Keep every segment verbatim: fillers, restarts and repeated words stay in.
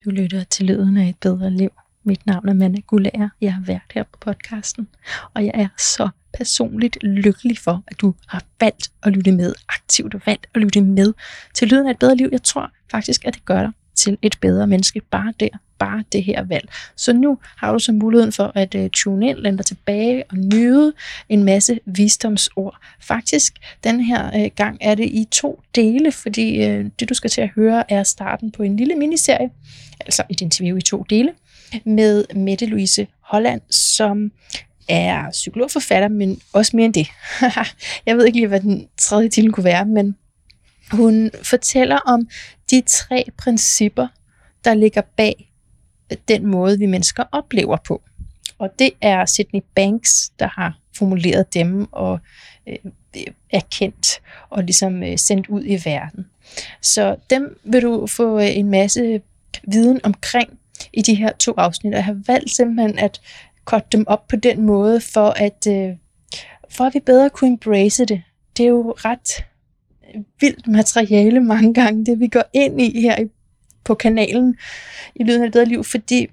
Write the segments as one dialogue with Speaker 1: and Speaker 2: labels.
Speaker 1: Du lytter til Lyden af et bedre liv. Mit navn er Manna Guldager. Jeg har været her på podcasten, og jeg er så personligt lykkelig for, at du har valgt at lytte med, aktivt og valgt at lytte med til Lyden af et bedre liv. Jeg tror faktisk, at det gør dig til et bedre menneske, bare der, bare det her valg. Så nu har du så muligheden for at uh, tune ind, lande dig tilbage og nyde en masse visdomsord. Faktisk, den her uh, gang er det i to dele, fordi uh, det du skal til at høre er starten på en lille miniserie, altså et interview i to dele, med Mette Louise Holland, som er psykologforfatter, men også mere end det. Jeg ved ikke lige, hvad den tredje titel kunne være, men hun fortæller om de tre principper, der ligger bag den måde, vi mennesker oplever på. Og det er Sydney Banks, der har formuleret dem og øh, er kendt og ligesom øh, sendt ud i verden. Så dem vil du få øh, en masse viden omkring i de her to afsnit, og jeg har valgt simpelthen at korte dem op på den måde, for at, øh, for at vi bedre kunne embrace det. Det er jo ret vildt materiale mange gange, det vi går ind i her på kanalen i Lyden af et bedre liv, fordi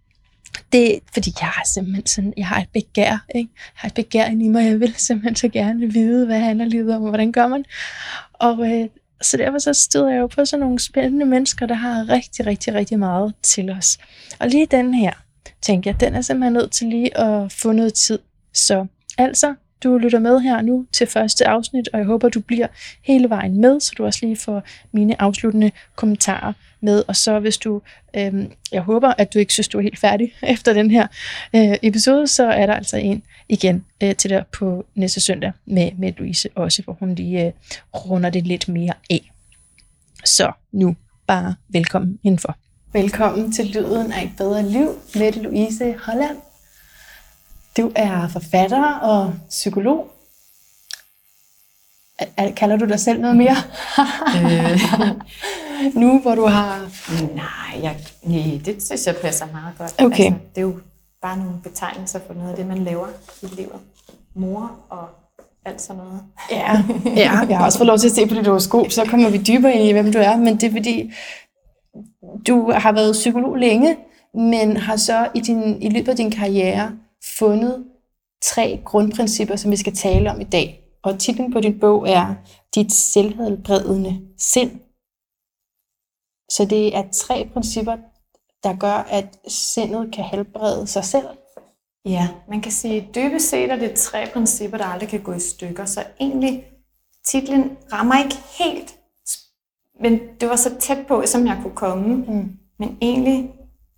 Speaker 1: det, fordi jeg har simpelthen sådan, jeg har et begær, ikke? Jeg har et begær i mig, jeg vil simpelthen så gerne vide, hvad handler livet om, og hvordan gør man? Og øh, så derfor så støder jeg jo på sådan nogle spændende mennesker, der har rigtig, rigtig, rigtig meget til os. Og lige den her, tænker jeg, den er simpelthen nødt til lige at få noget tid. Så altså, du lytter med her nu til første afsnit, og jeg håber, du bliver hele vejen med, så du også lige får mine afsluttende kommentarer med. Og så hvis du, øh, jeg håber, at du ikke synes, du er helt færdig efter den her øh, episode, så er der altså en igen øh, til dig på næste søndag med, med Louise også, hvor hun lige øh, runder det lidt mere af. Så nu bare velkommen indenfor. Velkommen til Lyden af et bedre liv, Mette Louise Holland. Du er forfatter og psykolog. Kalder du dig selv noget mere?
Speaker 2: øh.
Speaker 1: Nu hvor du har...
Speaker 2: Nej, jeg, nej, det synes jeg passer meget godt.
Speaker 1: Okay.
Speaker 2: Altså, det er jo bare nogle betegnelser for noget af det, man laver i livet. Mor og alt sådan noget.
Speaker 1: Ja, ja, jeg har også fået lov til at se på dit horoskop, så kommer vi dybere ind i, hvem du er. Men det er fordi, du har været psykolog længe, men har så i, din, i løbet af din karriere fundet tre grundprincipper, som vi skal tale om i dag. Og titlen på din bog er Dit selvhelbredende sind. Så det er tre principper, der gør, at sindet kan helbrede sig selv.
Speaker 2: Ja, man kan sige, dybest set er det tre principper, der aldrig kan gå i stykker. Så egentlig, titlen rammer ikke helt, men det var så tæt på, som jeg kunne komme. Mm. Men egentlig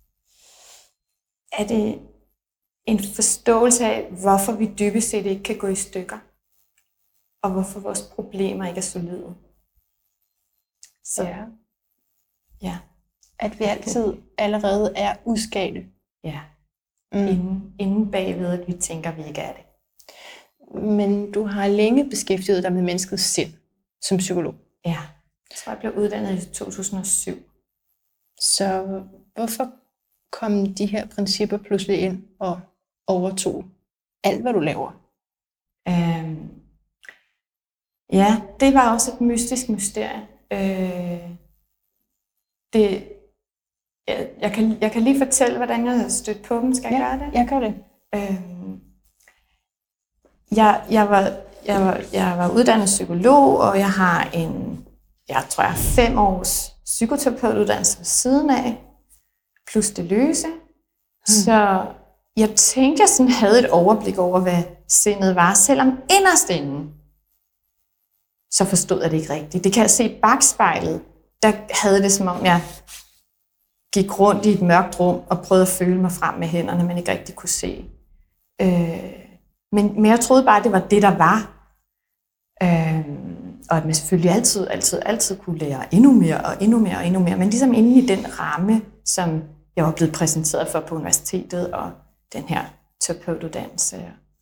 Speaker 2: er det en forståelse af, hvorfor vi dybest set ikke kan gå i stykker. Og hvorfor vores problemer ikke er solide. Så
Speaker 1: ja.
Speaker 2: ja.
Speaker 1: At vi altid allerede er uskalte.
Speaker 2: Ja.
Speaker 1: Mm.
Speaker 2: Inden, inden bagved, at vi tænker, at vi ikke er det.
Speaker 1: Men du har længe beskæftiget dig med menneskets sind som psykolog.
Speaker 2: Ja. Jeg tror, jeg blev uddannet i to tusind og syv.
Speaker 1: Så hvorfor kom de her principper pludselig ind og overtog alt, hvad du laver?
Speaker 2: Øhm, ja, det var også et mystisk mysterie. Øh, det, jeg, jeg, kan, jeg kan lige fortælle, hvordan jeg har stødt på dem. Skal jeg
Speaker 1: ja,
Speaker 2: gøre det?
Speaker 1: jeg gør det.
Speaker 2: Øhm, jeg, jeg, var, jeg, var, jeg var uddannet psykolog, og jeg har en, jeg tror jeg har fem års psykoterapeutuddannelse ved siden af, plus det løse. Hmm. Så jeg tænkte, jeg sådan havde et overblik over, hvad sindet var, selvom inderst inde, så forstod jeg det ikke rigtigt. Det kan jeg se i bagspejlet. Der havde det, som om jeg gik rundt i et mørkt rum og prøvede at føle mig frem med hænderne, men ikke rigtig kunne se. Øh, men, men jeg troede bare, at det var det, der var. Øh, og at man selvfølgelig altid, altid, altid kunne lære endnu mere og endnu mere og endnu mere. Men ligesom inde i den ramme, som jeg var blevet præsenteret for på universitetet og den her terapeutuddannelse.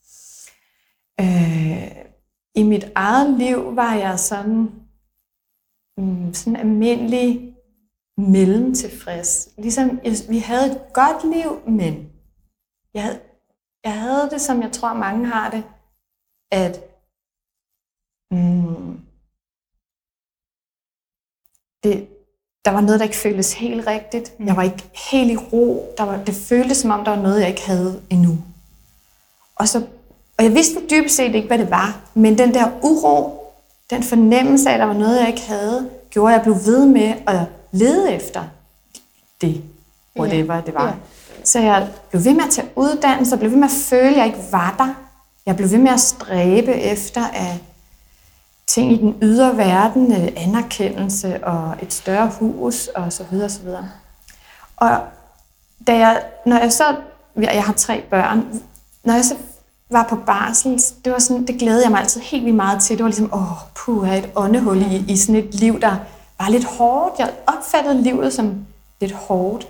Speaker 2: Øh, I mit eget liv var jeg sådan, mm, sådan almindelig mellemtilfreds. Ligesom jeg, vi havde et godt liv, men jeg havde, jeg havde det, som jeg tror mange har det, at mm, det, der var noget, der ikke føltes helt rigtigt. Jeg var ikke helt i ro. Der var, det føltes, som om der var noget, jeg ikke havde endnu. Og, så, og jeg vidste dybest set ikke, hvad det var. Men den der uro, den fornemmelse af, at der var noget, jeg ikke havde, gjorde, at jeg blev ved med at lede efter det, hvor yeah. det var. Det var. Yeah. Så jeg blev ved med at tage uddannelse, jeg blev ved med at føle, at jeg ikke var der. Jeg blev ved med at stræbe efter at ting i den ydre verden, anerkendelse og et større hus og så videre, så videre. Og da jeg, når jeg så, jeg har tre børn, når jeg så var på barsel, det var sådan, det glædede jeg mig altid helt vildt meget til. Det var ligesom, åh, puh, et åndehul i, i sådan et liv, der var lidt hårdt. Jeg opfattede livet som lidt hårdt.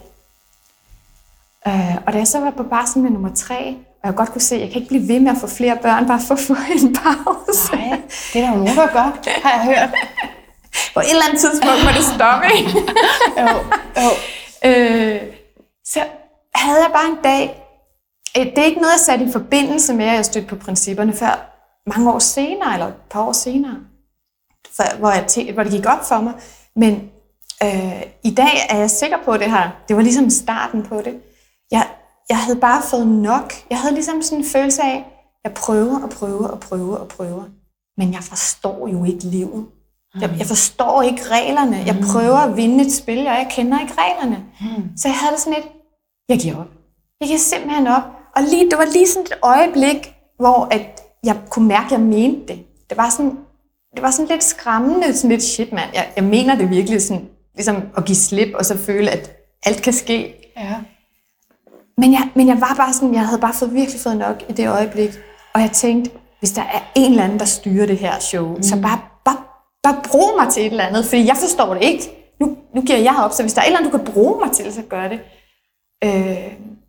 Speaker 2: Uh, og da jeg så var på barsel med nummer tre, og jeg godt kunne se, at jeg kan ikke blive ved med at få flere børn, bare for at få en pause.
Speaker 1: Nej, det er der jo nogen, der gør, har jeg hørt.
Speaker 2: På et eller andet tidspunkt må det stoppe, ikke?
Speaker 1: jo, jo.
Speaker 2: Øh, så havde jeg bare en dag, det er ikke noget, jeg satte i forbindelse med, at jeg stødte på principperne før mange år senere, eller et par år senere, for, hvor, jeg tæ- hvor det gik op for mig. Men øh, i dag er jeg sikker på det her. Det var ligesom starten på det. Jeg, jeg havde bare fået nok. Jeg havde ligesom sådan en følelse af, at jeg prøver og prøver og prøver og prøver. Men jeg forstår jo ikke livet. Jeg, jeg forstår ikke reglerne. Jeg prøver at vinde et spil, og jeg kender ikke reglerne. Så jeg havde det sådan et, jeg giver op. Jeg giver simpelthen op. Og lige, det var lige sådan et øjeblik, hvor at jeg kunne mærke, at jeg mente det. Det var sådan, det var sådan lidt skræmmende, sådan lidt shit, mand. Jeg, jeg mener det virkelig sådan, ligesom at give slip, og så føle, at alt kan ske.
Speaker 1: Ja.
Speaker 2: Men jeg, men jeg var bare sådan, jeg havde bare fået, virkelig fået nok i det øjeblik. Og jeg tænkte, hvis der er en eller anden, der styrer det her show, mm. så bare, bare, bare brug mig til et eller andet, fordi jeg forstår det ikke. Nu, nu giver jeg op, så hvis der er et eller andet, du kan bruge mig til, så gør det. Øh,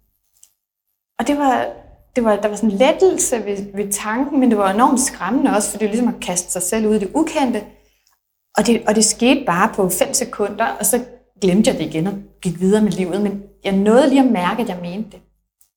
Speaker 2: og det var, det var, der var sådan en lettelse ved, ved tanken, men det var enormt skræmmende også, for det var ligesom at kaste sig selv ud i det ukendte. Og det, og det skete bare på fem sekunder, og så glemte jeg det igen og gik videre med livet, men jeg nåede lige at mærke, at jeg mente det.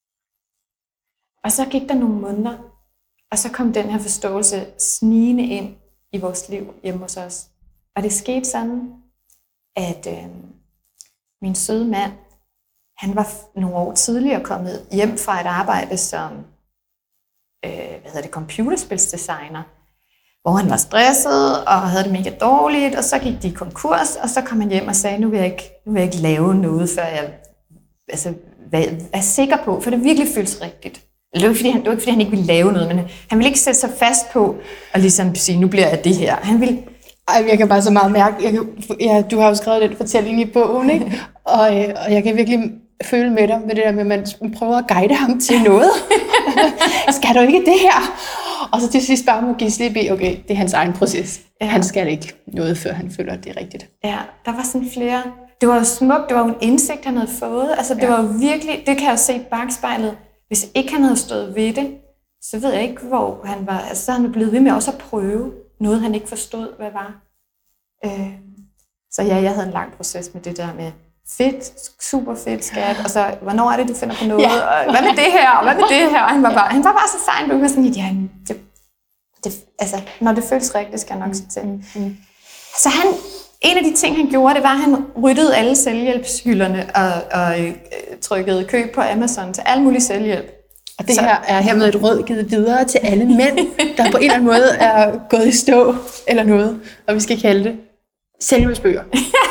Speaker 2: Og så gik der nogle måneder, og så kom den her forståelse snigende ind i vores liv hjemme hos os. Og det skete sådan, at øh, min søde mand, han var nogle år tidligere kommet hjem fra et arbejde som øh, hvad hedder det, computerspilsdesigner, hvor han var stresset og havde det mega dårligt, og så gik de i konkurs, og så kom han hjem og sagde, nu vil jeg ikke, nu vil jeg ikke lave noget, før jeg altså, er sikker på, for det virkelig føles rigtigt. Det var, ikke, fordi han, det var ikke, fordi han ikke ville lave noget, men han ville ikke sætte sig fast på og ligesom sige, nu bliver jeg det her. Han ville...
Speaker 1: Ej, jeg kan bare så meget mærke, jeg kan, ja, du har jo skrevet den fortælling i bogen, ikke? Og, og jeg kan virkelig føle med dig med det der med, at man prøver at guide ham til noget. Skal du ikke det her? Og så til sidst bare må give slip i, okay, det er hans egen proces. Ja. Han skal ikke noget, før han føler, at det er rigtigt.
Speaker 2: Ja, der var sådan flere... Det var jo smukt, det var jo en indsigt, han havde fået. Altså, det ja. var virkelig... Det kan jeg jo se i bagspejlet. Hvis ikke han havde stået ved det, så ved jeg ikke, hvor han var. Altså, så er han blevet ved med også at prøve noget, han ikke forstod, hvad var. Øh, så ja, jeg havde en lang proces med det der med fedt, super fedt, skat, og så, hvornår er det, du finder på noget, ja. Og hvad med det her, og hvad med det her, og han var bare, han var bare så sej, han var sådan, ja, det, det, altså, når det føles rigtigt, skal jeg nok sige til. Mm. Så han, en af de ting, han gjorde, det var, at han ryddede alle selvhjælpshylderne og, og øh, trykkede køb på Amazon til alle mulige selvhjælp.
Speaker 1: Og det så. Her er hermed et råd givet videre til alle mænd, der på en eller anden måde er gået i stå, eller noget, og vi skal kalde det selvhjælpsbøger.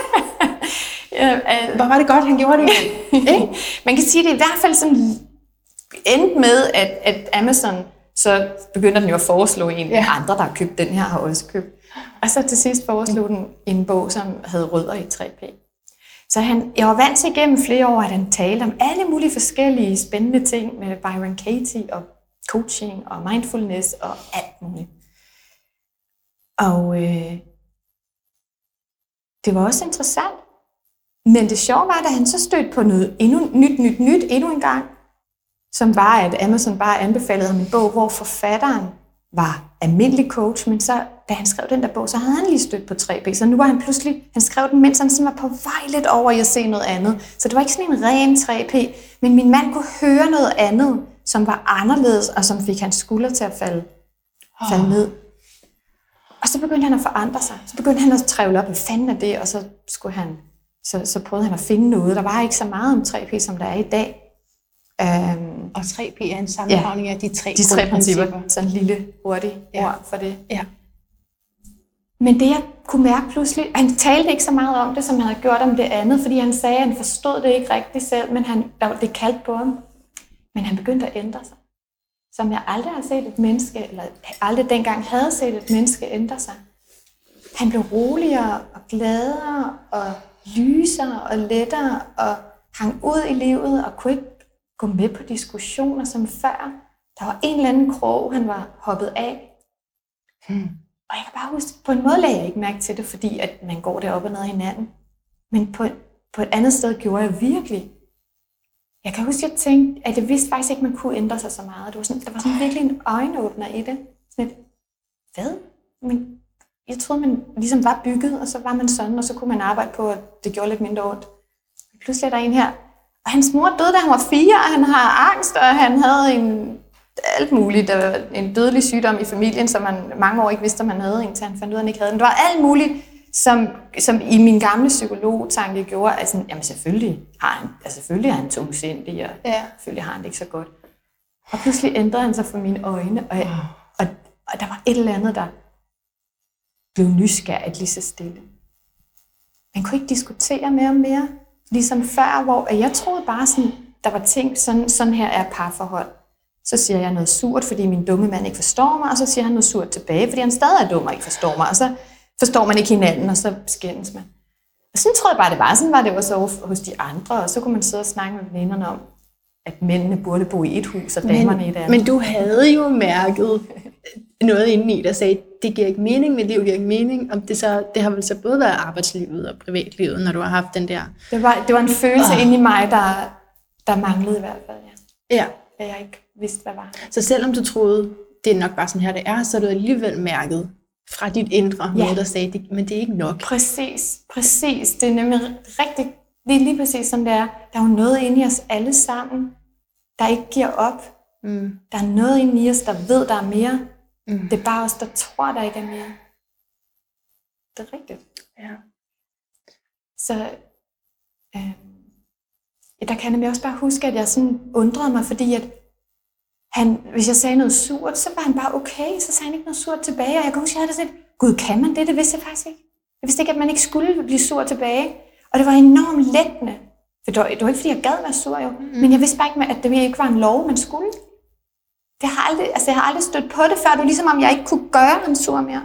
Speaker 1: Ja, øh, Hvor var det godt, han gjorde det. Ikke?
Speaker 2: Man kan sige, at det i hvert fald sådan endte med, at, at Amazon, så begynder den jo at foreslå en, ja. Andre, der har købt den her, har også købt. Og så til sidst foreslog den en bog, som havde rødder i tre P. Så han, jeg var vant til igennem flere år, at han talte om alle mulige forskellige spændende ting med Byron Katie og coaching og mindfulness og alt muligt. Og øh, det var også interessant. Men det sjove var, at han så stødte på noget endnu nyt, nyt, nyt endnu en gang, som var, at Amazon bare anbefalede ham en bog, hvor forfatteren var almindelig coach, men så, da han skrev den der bog, så havde han lige stødt på tre P. Så nu var han pludselig, han skrev den, mens han sådan var på vej lidt over i at se noget andet. Så det var ikke sådan en ren tre P, men min mand kunne høre noget andet, som var anderledes, og som fik hans skulder til at falde, oh. falde ned. Og så begyndte han at forandre sig. Så begyndte han at trævle op, hvad fanden er det? Og så skulle han så, så prøvede han at finde noget. Der var ikke så meget om tre P, som der er i dag. Øhm,
Speaker 3: og tre P er en sammenhængning ja, af de tre
Speaker 2: de tre principper. Sådan en lille, hurtig ja. ord for det. Ja. Men det, jeg kunne mærke pludselig, han talte ikke så meget om det, som han havde gjort om det andet, fordi han sagde, at han forstod det ikke rigtigt selv, men han, der, det kaldte på ham. Men han begyndte at ændre sig. Som jeg aldrig har set et menneske, eller aldrig dengang havde set et menneske ændre sig. Han blev roligere og gladere og lysere og lettere og hang ud i livet og kunne ikke gå med på diskussioner som før. Der var en eller anden krog, han var hoppet af. Hmm. Og jeg kan bare huske, på en måde lagde jeg ikke mærke til det, fordi at man går deroppe og ned af hinanden. Men på, på et andet sted gjorde jeg virkelig. Jeg kan huske, at jeg tænkte, at jeg vidste faktisk ikke, at man kunne ændre sig så meget. Det var sådan, der var sådan virkelig en øjenåbner i det. Sådan et, hvad? Men jeg troede, man ligesom var bygget, og så var man sådan, og så kunne man arbejde på, at det gjorde lidt mindre ondt. Pludselig er der en her, og hans mor døde, da han var fire, og han har angst, og han havde en, alt muligt, der var en dødelig sygdom i familien, som man mange år ikke vidste, om han havde, indtil han fandt ud af, at han ikke havde den. Det var alt muligt, som, som i min gamle psykologtanke gjorde, at sådan, jamen selvfølgelig har han, altså selvfølgelig er han tungsindig, og ja. selvfølgelig har han det ikke så godt. Og pludselig ændrede han sig for mine øjne, og, jeg, og, og der var et eller andet, der blev nysgerrigt lige så stille. Man kunne ikke diskutere mere og mere, ligesom før, hvor jeg troede bare sådan, der var ting, sådan, sådan her er parforhold. Så siger jeg noget surt, fordi min dumme mand ikke forstår mig, og så siger han noget surt tilbage, fordi han stadig er dum og ikke forstår mig, og så forstår man ikke hinanden, og så skændes man. Og sådan troede jeg bare, det var. Sådan var det også hos de andre, og så kunne man sidde og snakke med veninderne om, at mændene burde bo i et hus, og damerne i et andet.
Speaker 3: Men du havde jo mærket noget indeni, der sagde, det giver ikke mening, mit liv giver ikke mening. Om det, så, det har vel så både været arbejdslivet og privatlivet, når du har haft den der...
Speaker 2: Det var, det var en følelse oh. inde i mig, der, der manglede i hvert fald, ja.
Speaker 3: Ja.
Speaker 2: At jeg ikke vidste, hvad var.
Speaker 3: Så selvom du troede, det er nok bare sådan her, det er, så har du alligevel mærket fra dit indre, ja. Noget, der sagde, det, men det er ikke nok.
Speaker 2: Præcis, præcis. Det er nemlig rigtig, det er lige præcis som det er. Der er jo noget inde i os alle sammen, der ikke giver op. Mm. Der er noget inde i os, der ved, der er mere. Mm. Det er bare os, der tror, der ikke er mere. Det er rigtigt.
Speaker 3: Ja.
Speaker 2: Så øh, der kan jeg nemlig også bare huske, at jeg sådan undrede mig, fordi at han, hvis jeg sagde noget surt, så var han bare okay, så sagde han ikke noget surt tilbage, og jeg kunne huske, at jeg havde sådan, gud, kan man det? Det vidste jeg faktisk ikke. Jeg vidste ikke, at man ikke skulle blive sur tilbage, og det var enormt lettende. For det var, det var ikke, fordi jeg gad være sur, jo, mm. men jeg vidste bare ikke, at det ikke var en lov, man skulle. Det har aldrig, altså jeg har aldrig stødt på det før, det var ligesom, om jeg ikke kunne gøre ham sur mere.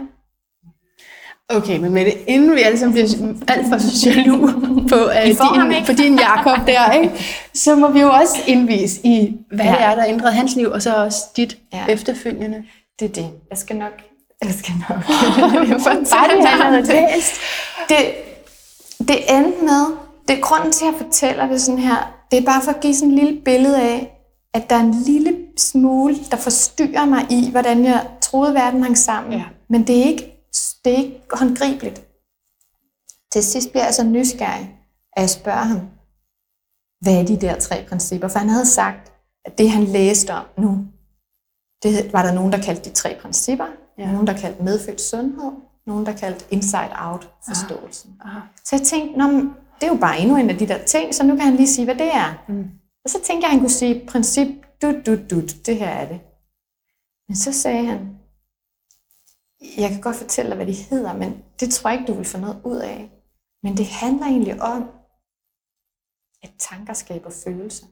Speaker 3: Okay, men med det, inden vi alle sammen bliver alt for jaloux på, uh, din, på din Jakob der, ikke? Så må vi jo også indvise i, hvad ja. Det er, der ændrede hans liv, og så også dit ja. Efterfølgende.
Speaker 2: Det er det. Jeg skal nok... Jeg skal nok...
Speaker 3: Bare det, det,
Speaker 2: det, det endte med... Det er grunden til, at jeg fortæller det sådan her. Det er bare for at give sådan et lille billede af, at der er en lille smule, der forstyrrer mig i, hvordan jeg troede, verden hang sammen. Ja. Men det er ikke Det er ikke håndgribeligt. Til sidst bliver jeg så nysgerrig, at jeg spørger ham, hvad er de der tre principper? For han havde sagt, at det han læste om nu, det var der nogen, der kaldte de tre principper, ja. Nogen, der kaldte medfødt sundhed, nogen, der kaldte inside-out forståelsen. Aha. Aha. Så jeg tænkte, Nå, det er jo bare endnu en af de der ting, så nu kan han lige sige, hvad det er. Mm. Og så tænkte jeg, at han kunne sige, princip, dut, dut, dut, det her er det. Men så sagde han, jeg kan godt fortælle dig, hvad de hedder, men det tror jeg ikke, du vil få noget ud af. Men det handler egentlig om, at tanker skaber følelser.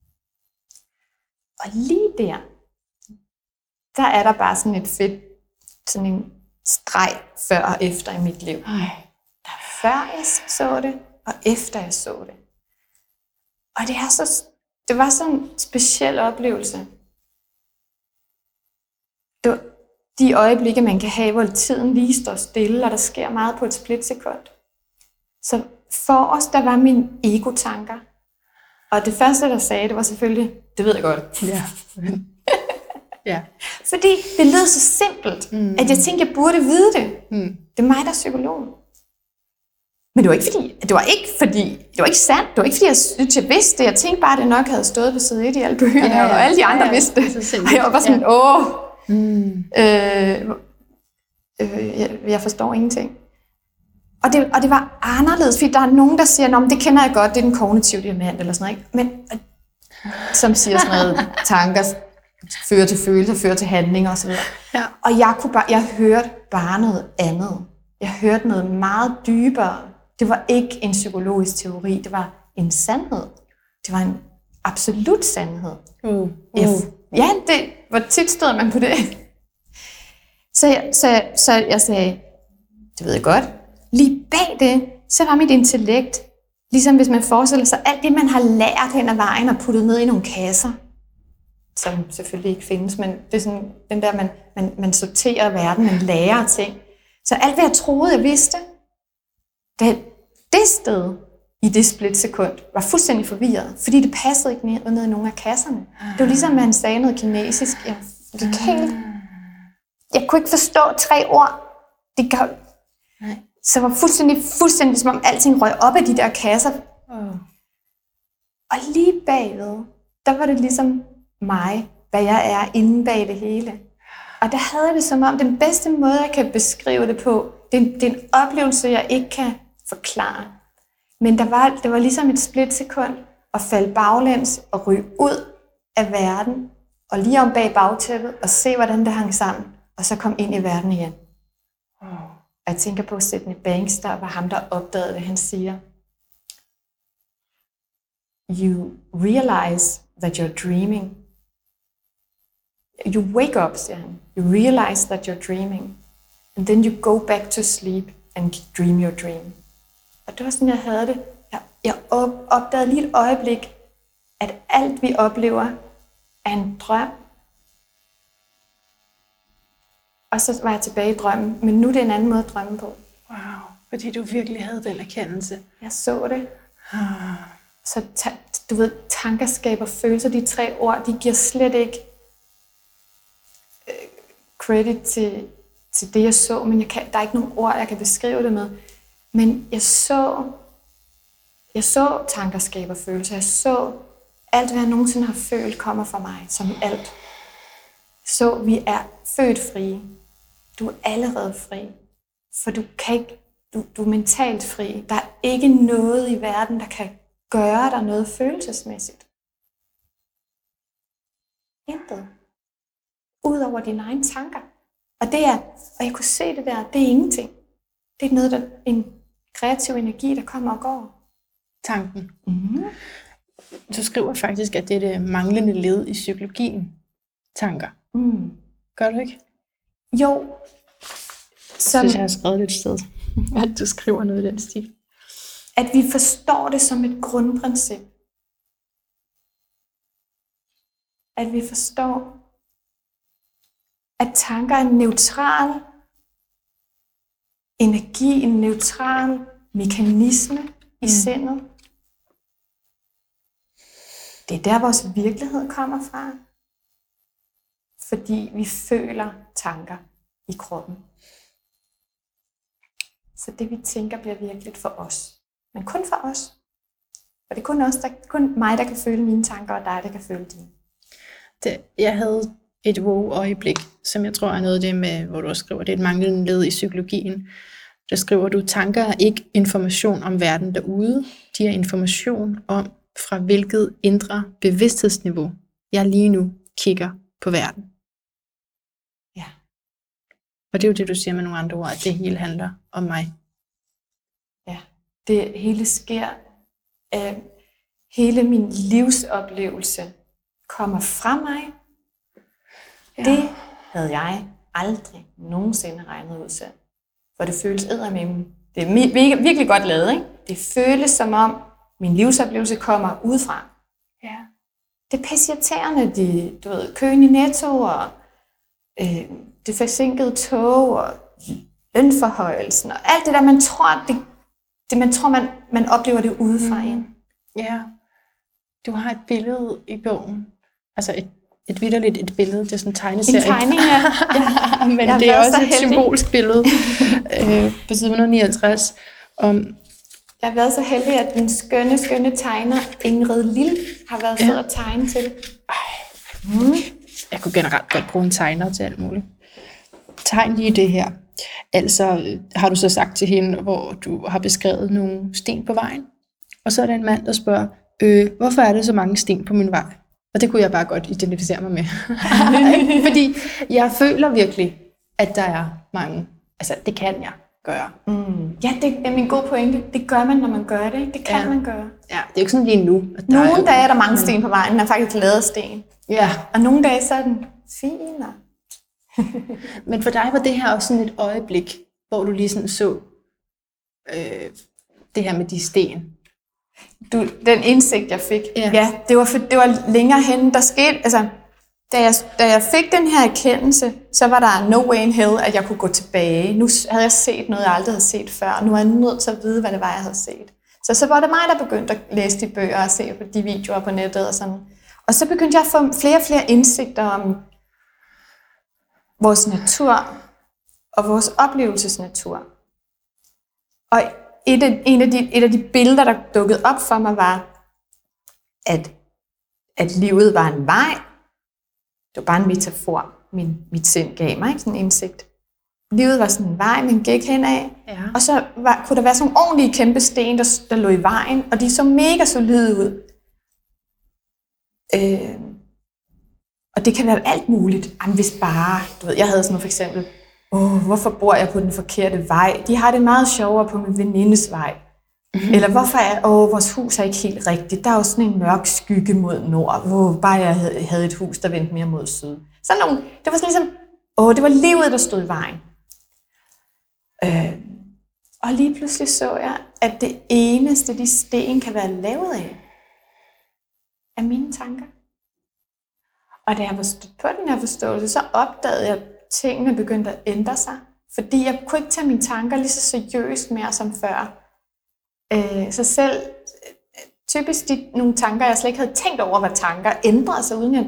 Speaker 2: Og lige der, der er der bare sådan et fedt, sådan en streg før og efter i mit liv.
Speaker 3: Ej.
Speaker 2: Der er før jeg så det, og efter jeg så det. Og det, er så, det var sådan en speciel oplevelse. Det var de øjeblikke, man kan have, hvor tiden lige står stille, og der sker meget på et splitsekund. Så for os, der var mine ego-tanker. Og det første, der sagde, det var selvfølgelig, det ved jeg godt.
Speaker 3: Ja. Ja.
Speaker 2: Fordi det lød så simpelt, mm. at jeg tænkte, jeg burde vide det. Mm. Det er mig, der er psykolog. Men det var ikke fordi, det var ikke fordi, det var ikke sandt. Det var ikke fordi, jeg synes, jeg vidste det. Jeg tænkte bare, at det nok havde stået på side et i alle bøgerne, ja, ja. Og alle de andre ja, ja. Vidste det. Og jeg var bare sådan, ja. åh, mm. øh, øh, jeg, jeg forstår ingenting. Og det, og det var anderledes, fordi der er nogen, der siger, at det kender jeg godt, det er den kognitive diamant, eller sådan noget, ikke? Men som siger sådan noget, tanker fører til følelser, fører til handlinger osv.
Speaker 3: Ja.
Speaker 2: Og jeg, kunne bare, jeg hørte bare noget andet. Jeg hørte noget meget dybere. Det var ikke en psykologisk teori, det var en sandhed. Det var en absolut sandhed.
Speaker 3: Uh. Uh.
Speaker 2: Jeg, ja, det, hvor tit stod man på det? Så jeg, så, så jeg sagde, det ved jeg godt. Lige bag det, så var mit intellekt, ligesom hvis man forestiller sig, alt det, man har lært hen ad vejen og puttet ned i nogle kasser, som selvfølgelig ikke findes, men det er sådan den der, man, man, man sorterer verden, man lærer ting. Så alt, hvad jeg troede, jeg vidste, det, det sted i det splitsekund var fuldstændig forvirret, fordi det passede ikke ned, ned i nogle af kasserne. Det var ligesom, man sagde noget kinesisk. Jeg, det helt, jeg kunne ikke forstå tre ord. Det gav, så var fuldstændig, fuldstændig, som om alting røg op af de der kasser. Og lige bagved, der var det ligesom mig, hvad jeg er inde bag det hele. Og der havde jeg det som om, den bedste måde, jeg kan beskrive det på, det er en, det er en oplevelse, jeg ikke kan forklare. Men der var, det var ligesom et splitsekund at falde baglæns og ryge ud af verden, og lige om bag bagtæppet, og se, hvordan det hang sammen, og så komme ind i verden igen. Og jeg tænker på Sydney Banks, der var ham, der opdagede det. Han siger, you realize that you're dreaming. You wake up, siger han. You realize that you're dreaming. And then you go back to sleep and dream your dream. Og det var sådan, jeg havde det. Jeg, jeg opdagede lige et øjeblik, at alt vi oplever er en drøm. Og så var jeg tilbage i drømmen, men nu er det en anden måde at drømme på.
Speaker 3: Wow, fordi du virkelig havde den erkendelse.
Speaker 2: Jeg så det. Så ta- du ved, tanker skaber følelser, de tre ord, de giver slet ikke øh, credit til, til det, jeg så, men jeg kan, der er ikke nogen ord, jeg kan beskrive det med. Men jeg så, jeg så tanker skaber følelser. Jeg så, alt hvad jeg nogensinde har følt, kommer fra mig, som alt. Så vi er født frie. Du er allerede fri. For du kan ikke, du, du er mentalt fri. Der er ikke noget i verden, der kan gøre dig noget følelsesmæssigt. Intet. Udover dine egne tanker. Og det er, og jeg kunne se det der, det er ingenting. Det er noget, der en kreativ energi, der kommer og går.
Speaker 3: Tanken.
Speaker 2: Mm-hmm.
Speaker 3: Du skriver faktisk, at det er det manglende led i psykologien. Tanker.
Speaker 2: Mm.
Speaker 3: Gør du ikke?
Speaker 2: Jo.
Speaker 3: Som, jeg synes, jeg har skrevet det et sted, at du skriver noget i den stil.
Speaker 2: At vi forstår det som et grundprincip. At vi forstår, at tanker er en neutral energi, en neutral mekanisme i mm. sindet. Det er der, vores virkelighed kommer fra. Fordi vi føler tanker i kroppen. Så det, vi tænker, bliver virkeligt for os. Men kun for os. Og det er kun, os, der, kun mig, der kan føle mine tanker, og dig, der kan føle dine.
Speaker 3: Det, jeg havde et wow-øjeblik, som jeg tror er noget af det med, hvor du skriver, det er et manglende led i psykologien. Der skriver du, tanker er ikke information om verden derude. De er information om, fra hvilket indre bevidsthedsniveau jeg lige nu kigger på verden.
Speaker 2: Ja.
Speaker 3: Og det er jo det, du siger med nogle andre ord, at det hele handler om mig.
Speaker 2: Ja, det hele sker, øh, hele min livsoplevelse kommer fra mig. Ja. Det havde jeg aldrig nogensinde regnet ud selv. For det føles eddermame. Det er virkelig godt lavet, ikke? Det føles som om, min livsoplevelse kommer udefra.
Speaker 3: Ja.
Speaker 2: Det er pisseirriterende, de, du ved, køen i Netto, og øh, det forsinkede tog, og lønforhøjelsen, og alt det der, man tror, det, det, man, tror man, man oplever det udefra
Speaker 3: mm.
Speaker 2: ind.
Speaker 3: Ja, du har et billede i bogen, altså et, et vitterligt et billede, det er sådan en tegneserie.
Speaker 2: En tegning, ja.
Speaker 3: ja. Men det er også et heldig. Symbolsk billede øh, på side et hundrede nioghalvtreds. Om,
Speaker 2: Jeg har været så heldig, at den skønne, skønne tegner, Ingrid Lill, har været sød
Speaker 3: ja.
Speaker 2: at tegne til det.
Speaker 3: Mm. Jeg kunne generelt godt bruge en tegner til alt muligt. Tegn lige det her. Altså har du så sagt til hende, hvor du har beskrevet nogle sten på vejen, og så er der en mand, der spørger, øh, hvorfor er der så mange sten på min vej? Og det kunne jeg bare godt identificere mig med. Fordi jeg føler virkelig, at der er mange. Altså, det kan jeg gøre.
Speaker 2: Mm. Ja, det er min gode pointe. Det gør man, når man gør det. Det kan
Speaker 3: ja.
Speaker 2: man gøre.
Speaker 3: Ja, det er jo ikke sådan lige nu.
Speaker 2: At nogle er dage er der mange sten på vejen, den er faktisk lavet af sten.
Speaker 3: Ja.
Speaker 2: Og nogle dage så er den finere.
Speaker 3: Men for dig var det her også sådan et øjeblik, hvor du lige sådan så øh, det her med de sten.
Speaker 2: Du, den indsigt, jeg fik,
Speaker 3: ja,
Speaker 2: ja det, var for, det var længere hen, der skete, altså, da jeg, da jeg fik den her erkendelse, så var der no way in hell, at jeg kunne gå tilbage. Nu havde jeg set noget, jeg aldrig havde set før, og nu er jeg nødt til at vide, hvad det var, jeg havde set. Så så var det mig, der begyndte at læse de bøger og se på de videoer på nettet og sådan. Og så begyndte jeg at få flere og flere indsigter om vores natur og vores oplevelsesnatur. Og et af, en af de, et af de billeder, der dukkede op for mig, var, at, at livet var en vej. Det var bare en metafor, min, mit sind gav mig, ikke? Sådan en indsigt. Livet var sådan en vej, man gik henad,
Speaker 3: ja.
Speaker 2: Og så var, kunne der være sådan nogle ordentlige kæmpe sten, der, der lå i vejen, og de så mega solide ud. Øh, og det kan være alt muligt. Jamen, hvis bare, du ved, jeg havde sådan noget for eksempel, åh, hvorfor bor jeg på den forkerte vej? De har det meget sjovere på min venindes vej. Mm-hmm. Eller hvorfor er, åh, vores hus er ikke helt rigtigt. Der er jo sådan en mørk skygge mod nord, hvor bare jeg havde et hus, der vendte mere mod syd. Sådan nogle, det var sådan ligesom, åh, det var livet, der stod i vejen. Øh, og lige pludselig så jeg, at det eneste, de sten kan være lavet af, er mine tanker. Og da jeg var stødt på den her forståelse, så opdagede jeg, at tingene begyndte at ændre sig. Fordi jeg kunne ikke tage mine tanker lige så seriøst mere som før. Øh, så selv typisk de, nogle tanker, jeg slet ikke havde tænkt over, hvad tanker ændrede sig, uden jeg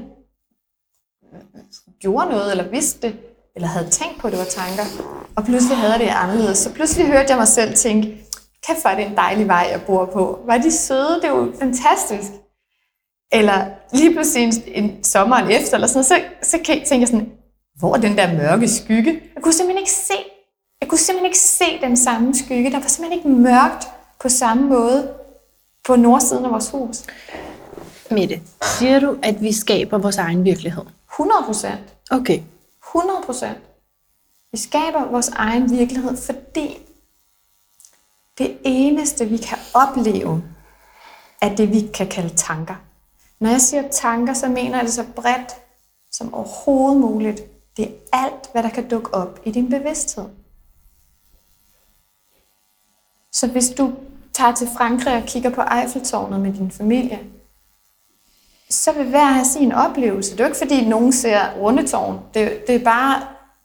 Speaker 2: gjorde noget, eller vidste det, eller havde tænkt på, at det var tanker. Og pludselig havde jeg det anderledes. Så pludselig hørte jeg mig selv tænke, kæft, hvor er det en dejlig vej, jeg bor på. Var de søde? Det er jo fantastisk. Eller lige pludselig en, en sommeren efter, eller sådan noget, så, så tænkte jeg sådan, hvor er den der mørke skygge? Jeg kunne simpelthen ikke se. Jeg kunne simpelthen ikke se den samme skygge. Der var simpelthen ikke mørkt på samme måde på nordsiden af vores hus.
Speaker 3: Mette, siger du, at vi skaber vores egen virkelighed?
Speaker 2: hundrede procent.
Speaker 3: Okay.
Speaker 2: hundrede procent. Vi skaber vores egen virkelighed, fordi det eneste, vi kan opleve, er det, vi kan kalde tanker. Når jeg siger tanker, så mener jeg det så bredt som overhovedet muligt. Det er alt, hvad der kan dukke op i din bevidsthed. Så hvis du tager til Frankrig og kigger på Eiffeltårnet med din familie, så vil hver have sin oplevelse. Det er jo ikke, fordi nogen ser rundetårn. Det, det er bare...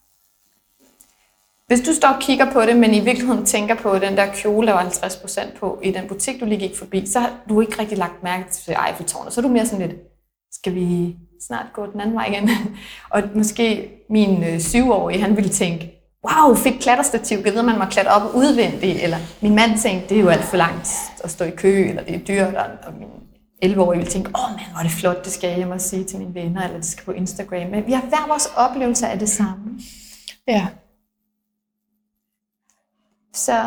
Speaker 2: Hvis du står og kigger på det, men i virkeligheden tænker på den der kjole, der var halvtreds procent på i den butik, du lige gik forbi, så har du ikke rigtig lagt mærke til Eiffeltårnet. Så er du mere sådan lidt, skal vi snart gå den anden vej igen? Og måske min øh, syvårige, han ville tænke, wow, fedt klatterstativ, jeg ved, man må klatre op udvendigt. Eller min mand tænkte, det er jo alt for langt at stå i kø, eller det er dyrt. Og min elleve-årige ville tænke, åh mand, hvor er det flot, det skal jeg hjem og sige til mine venner, eller det skal på Instagram. Men vi har hver vores oplevelse af det samme.
Speaker 3: Ja.
Speaker 2: Så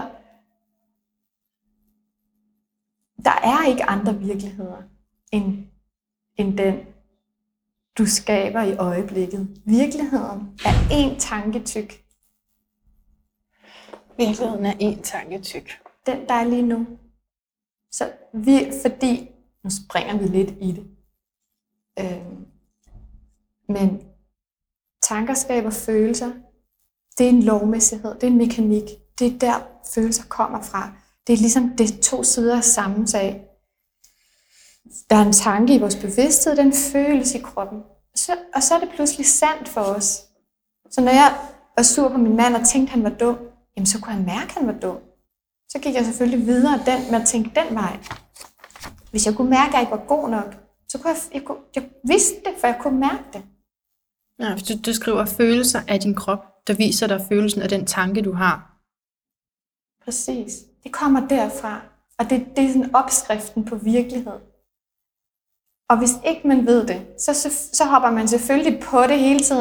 Speaker 2: der er ikke andre virkeligheder end, end den, du skaber i øjeblikket. Virkeligheden er én tanketyk.
Speaker 3: Virkeligheden er én tanketyk.
Speaker 2: Den, der er lige nu. Så vi, fordi, nu springer vi lidt i det, øhm, men tanker skaber følelser. Det er en lovmæssighed, det er en mekanik. Det er der, følelser kommer fra. Det er ligesom det er to sider af samme sag. Der er en tanke i vores bevidsthed, den føles i kroppen. Så, og så er det pludselig sandt for os. Så når jeg var sur på min mand og tænkte, at han var dum, jamen så kunne jeg mærke, at han var dum. Så gik jeg selvfølgelig videre den, med at tænke den vej. Hvis jeg kunne mærke, at jeg ikke var god nok, så kunne jeg, jeg, kunne, jeg vidste det, for jeg kunne mærke det.
Speaker 3: Ja, hvis du, du skriver følelser af din krop, der viser dig følelsen af den tanke, du har.
Speaker 2: Præcis. Det kommer derfra. Og det, det er sådan opskriften på virkelighed. Og hvis ikke man ved det, så, så, så hopper man selvfølgelig på det hele tiden.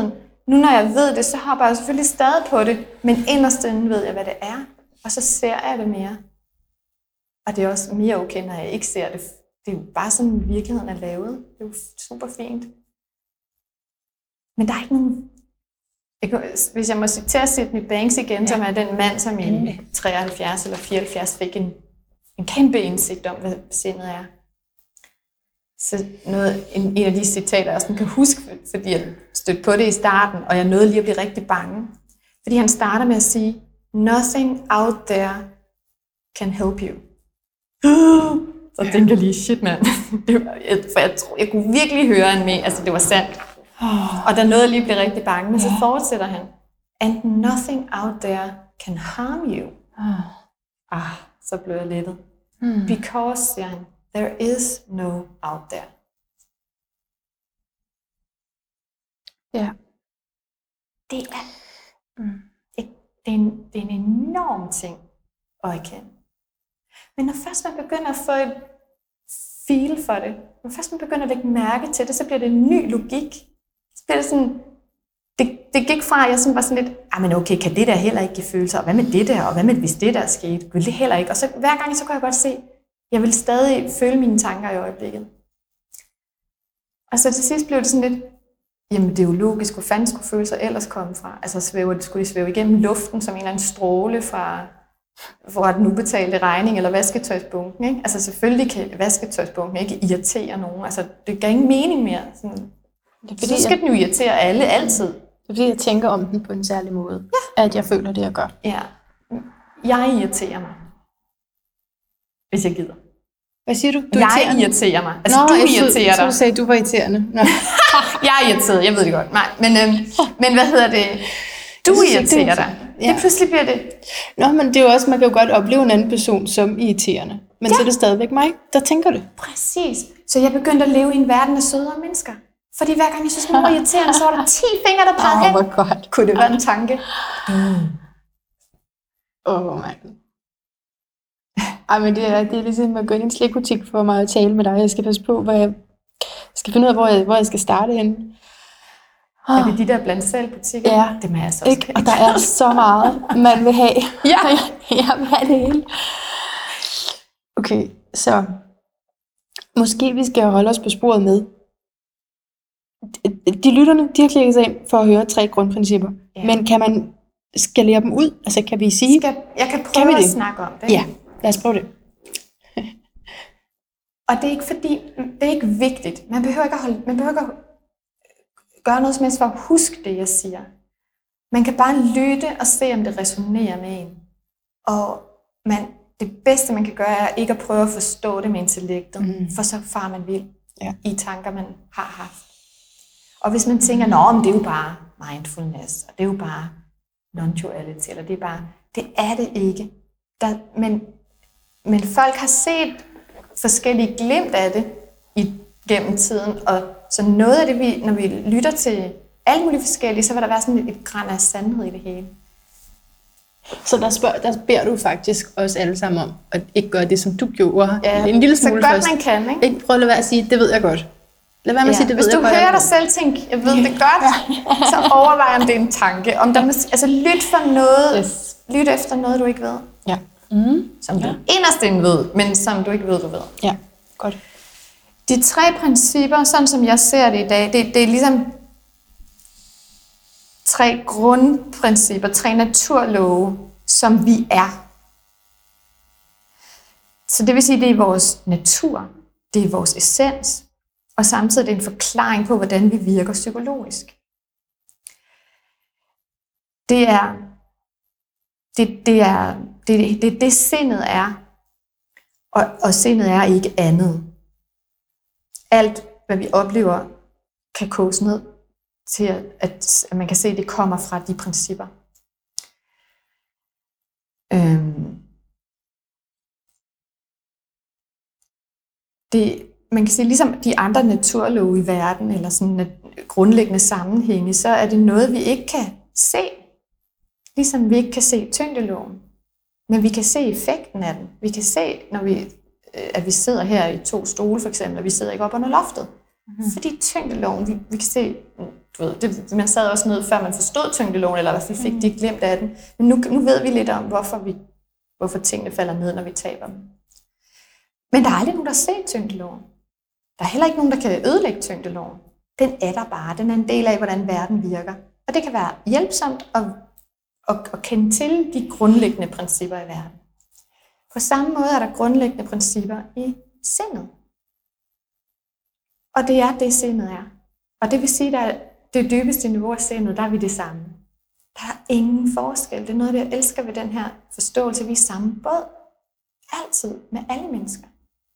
Speaker 2: nu når jeg ved det, så hopper jeg selvfølgelig stadig på det, men inderst inde ved jeg, hvad det er, og så ser jeg det mere. Og det er også mere okay, når jeg ikke ser det. Det er jo bare sådan, virkeligheden er lavet. Det er jo super fint. Men der er ikke nogen... Jeg kan, hvis jeg må citere Sydney Banks igen, ja. Som er den mand, som i treoghalvfjerds eller fireoghalvfjerds fik en, en kæmpe indsigt om, hvad sindet er. Så noget, en, en af de citater, jeg også kan huske, fordi jeg stødte på det i starten, og jeg nåede lige at blive rigtig bange. Fordi han starter med at sige, nothing out there can help you. Så tænkte jeg lige, shit mand. For jeg, tror, jeg kunne virkelig høre en med, altså det var sandt. Og der nåede lige at blive rigtig bange, men så fortsætter han. And nothing out there can harm you. Ah, så blev jeg lettet. Because, siger han, there is no out there.
Speaker 3: Ja.
Speaker 2: Det er, mm. et, det, er en, det er en enorm ting at erkende. Men når først man begynder at få et feel for det, når først man begynder at lægge mærke til det, så bliver det en ny logik. Så bliver det sådan, det, det gik fra, at jeg sådan var sådan lidt, ah, men okay, kan det der heller ikke give følelser, og hvad med det der, og hvad med hvis det der skete, vil det heller ikke. Og så hver gang, så kunne jeg godt se, jeg vil stadig føle mine tanker i øjeblikket. Og så til sidst blev det sådan lidt, jamen det er jo logisk, hvor fanden skulle følelser ellers komme fra? Altså svæve, skulle de svæve igennem luften som en eller anden stråle fra, fra den ubetalte regning eller vasketøjsbunken, ikke? Altså selvfølgelig kan vasketøjsbunken ikke irritere nogen. Altså det gør ingen mening mere. Sådan, det er fordi, så skal jeg... den jo irritere alle, altid.
Speaker 3: Det er fordi, jeg tænker om den på en særlig måde. Ja. At jeg føler det, jeg gør.
Speaker 2: Ja. Jeg irriterer mig. Hvis jeg gider.
Speaker 3: Hvad siger du? du
Speaker 2: jeg irriterer, irriterer mig. Altså, Nå, du irriterer dig.
Speaker 3: Så du sagde, du var irriterende. Nå.
Speaker 2: Jeg er irriteret, jeg ved det godt. Nej, men, øhm, men hvad hedder det? Du synes, irriterer dig. Ja. Det pludselig bliver det.
Speaker 3: Nå, men det er jo også, man kan jo godt opleve en anden person som irriterende. Men ja. Så er det stadigvæk mig, der tænker det.
Speaker 2: Præcis. Så jeg begyndte at leve i en verden af sødere mennesker. Fordi hver gang jeg synes, man var irriterende, så var der ti fingre, der pegede hen.
Speaker 3: Åh, hvor godt.
Speaker 2: Kunne det være en tanke?
Speaker 3: Åh, oh, mand. Ej, men det er, det er ligesom at gå ind i en slikbutik for mig at tale med dig. Jeg skal passe på, hvor jeg skal finde ud af, hvor jeg, hvor jeg skal starte henne.
Speaker 2: Oh. Er det de der blandt selv butikker?
Speaker 3: Ja.
Speaker 2: Det må jeg så
Speaker 3: ikke? Og der er så meget, man vil have.
Speaker 2: Ja.
Speaker 3: Jeg vil have det hele. Okay, så måske vi skal holde os på sporet med. De lytterne, de har klikket sig ind for at høre tre grundprincipper. Ja. Men kan man skalere dem ud? Altså kan vi sige...
Speaker 2: Skal, jeg kan prøve kan at snakke om det.
Speaker 3: Ja, lad os prøve det.
Speaker 2: Og det er ikke fordi, det er ikke vigtigt. Man behøver ikke at, holde, man behøver ikke at gøre noget som helst for at huske det, jeg siger. Man kan bare lytte og se, om det resonerer med en. Og man, det bedste, man kan gøre, er ikke at prøve at forstå det med intellektet, mm. for så far man vil ja. I tanker, man har haft. Og hvis man tænker, nå, men det er jo bare mindfulness, og det er jo bare non-duality, eller det er bare, det er det ikke. Der, men, men folk har set forskellige glimt af det i, gennem tiden, og så noget af det, vi, når vi lytter til alle mulige forskellige, så vil der være sådan et, et gran af sandhed i det hele.
Speaker 3: Så der, spørger, der beder du faktisk os alle sammen om at ikke gøre det, som du gjorde.
Speaker 2: Ja,
Speaker 3: en lille smule
Speaker 2: så godt
Speaker 3: først.
Speaker 2: Man kan, ikke?
Speaker 3: Ikke prøv at lade være at sige, det ved jeg godt. Lad være med ja. At sige, det
Speaker 2: Hvis
Speaker 3: ved
Speaker 2: du
Speaker 3: jeg godt.
Speaker 2: hører dig selv tænke, jeg ved det godt, så overvej om det er en tanke. Om der, altså lyt for noget, yes. Lyt efter noget, du ikke ved.
Speaker 3: Ja.
Speaker 2: Mm. Som du ja. Inderst inde ved, men som du ikke ved, du ved.
Speaker 3: Ja, godt.
Speaker 2: De tre principper, sådan som jeg ser det i dag, det, det er ligesom tre grundprincipper, tre naturlove, som vi er. Så det vil sige, det er vores natur, det er vores essens, og samtidig er det en forklaring på, hvordan vi virker psykologisk. Det er det, det, er, det, det, det sindet er, og, og sindet er ikke andet. Alt, hvad vi oplever, kan koges ned til, at, at man kan se, at det kommer fra de principper. Øhm. Det, man kan sige, ligesom de andre naturlove i verden, eller sådan grundlæggende sammenhænge, så er det noget, vi ikke kan se. Ligesom vi ikke kan se tyngdeloven. Men vi kan se effekten af den. Vi kan se, når vi, at vi sidder her i to stole for eksempel, og vi sidder ikke op under loftet. Mm. Fordi tyngdeloven, vi, vi kan se, du ved, det, man sad også ned, før man forstod tyngdeloven, eller i hvert fald fik de glemt af den. Men nu, nu ved vi lidt om, hvorfor, vi, hvorfor tingene falder ned, når vi taber dem. Men der er aldrig nogen, der ser tyngdeloven. Der er heller ikke nogen, der kan ødelægge tyngdeloven. Den er der bare. Den er en del af, hvordan verden virker. Og det kan være hjælpsomt at, at, at kende til de grundlæggende principper i verden. På samme måde er der grundlæggende principper i sindet. Og det er det, sindet er. Og det vil sige, at det dybeste niveau af sindet, der er vi det samme. Der er ingen forskel. Det er noget, jeg elsker ved den her forståelse. Vi er samme båd. Altid med alle mennesker.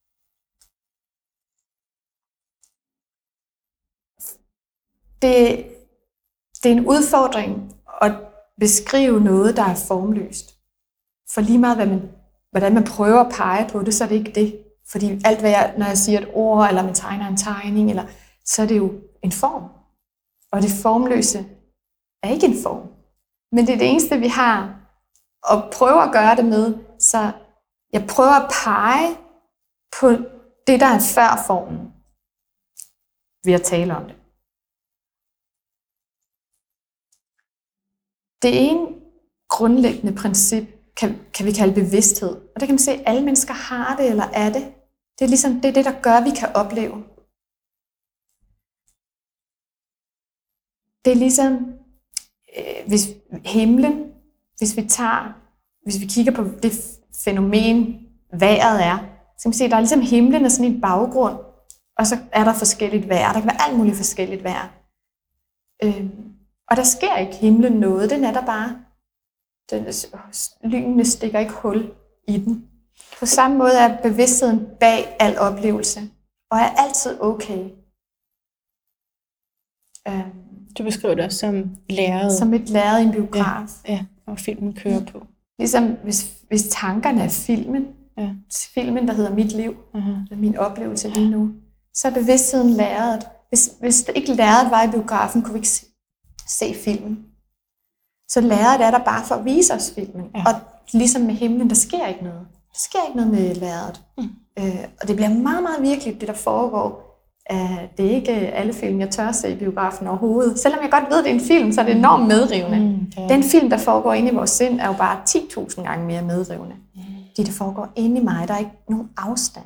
Speaker 2: Det, det er en udfordring at beskrive noget, der er formløst. For lige meget, hvad man, hvordan man prøver at pege på det, så er det ikke det. Fordi alt, hvad jeg, når jeg siger et ord, eller man tegner en tegning, eller, så er det jo en form. Og det formløse er ikke en form. Men det er det eneste, vi har at prøve at gøre det med. Så jeg prøver at pege på det, der er før formen, ved at tale om det. Det ene grundlæggende princip kan, kan vi kalde bevidsthed. Og det kan man se, at alle mennesker har det eller er det. Det er ligesom det, er det der gør, at vi kan opleve. Det er ligesom øh, hvis himlen, hvis vi tager, hvis vi kigger på det fænomen, vejret er, så kan vi se, at der er ligesom himlen er sådan en baggrund, og så er der forskelligt vejr. Der kan være alt muligt forskelligt vejr. Øh, Og der sker ikke himlen noget, den er der bare. Den, lynene stikker ikke hul i den. På samme måde er bevidstheden bag al oplevelse, og er altid okay.
Speaker 1: Du beskriver det også som lærred.
Speaker 2: Som et lærred i en biograf.
Speaker 1: Ja, ja, og filmen kører på.
Speaker 2: Ligesom hvis, hvis tankerne er filmen, ja. Filmen, der hedder Mit Liv, uh-huh. Min oplevelse lige nu, så er bevidstheden lærredet. Hvis, hvis det ikke lærredet var i biografen, kunne vi ikke se se filmen. Så lærredet er der bare for at vise os filmen. Ja. Og ligesom med himlen, der sker ikke noget. Der sker ikke noget med lærredet. Mm. Øh, og det bliver meget, meget virkeligt, det der foregår. Uh, det er ikke alle film, jeg tør at se i biografen overhovedet. Selvom jeg godt ved, at det er en film, så er det enormt medrivende. Mm, okay. Den film, der foregår inde i vores sind, er jo bare ti tusind gange mere medrivende. Mm. Det, der foregår inde i mig, der er ikke nogen afstand.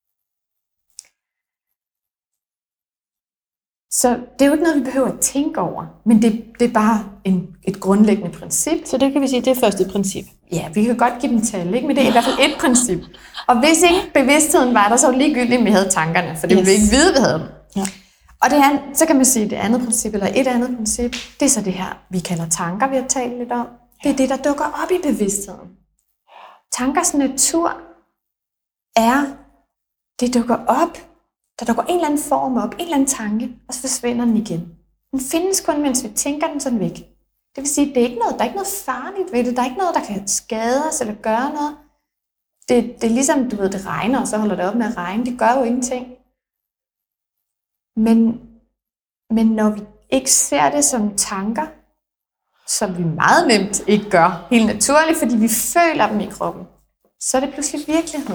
Speaker 2: Så det er jo ikke noget, vi behøver at tænke over, men det, det er bare en, et grundlæggende princip.
Speaker 1: Så det kan vi sige, det er første princip.
Speaker 2: Ja, vi kan godt give dem tal, ikke? Men det er i hvert fald et princip. Og hvis ikke bevidstheden var der, så var det ligegyldigt, at vi havde tankerne, for det yes. ville vi ikke vide, vi havde dem. Ja. Og det er, så kan man sige, at det andet princip, eller et andet princip, det er så det her, vi kalder tanker, vi har talt lidt om. Det er det, der dukker op i bevidstheden. Tankers natur er, det dukker op. Der dukker en eller anden form op, en eller anden tanke, og så forsvinder den igen. Den findes kun, mens vi tænker den sådan væk. Det vil sige, at det er ikke noget, der er ikke noget farligt ved det. Der er ikke noget, der kan skade os eller gøre noget. Det, det er ligesom, du ved, det regner, og så holder det op med at regne. Det gør jo ingenting. Men, men når vi ikke ser det som tanker, som vi meget nemt ikke gør, helt naturligt, fordi vi føler dem i kroppen, så er det pludselig virkelighed.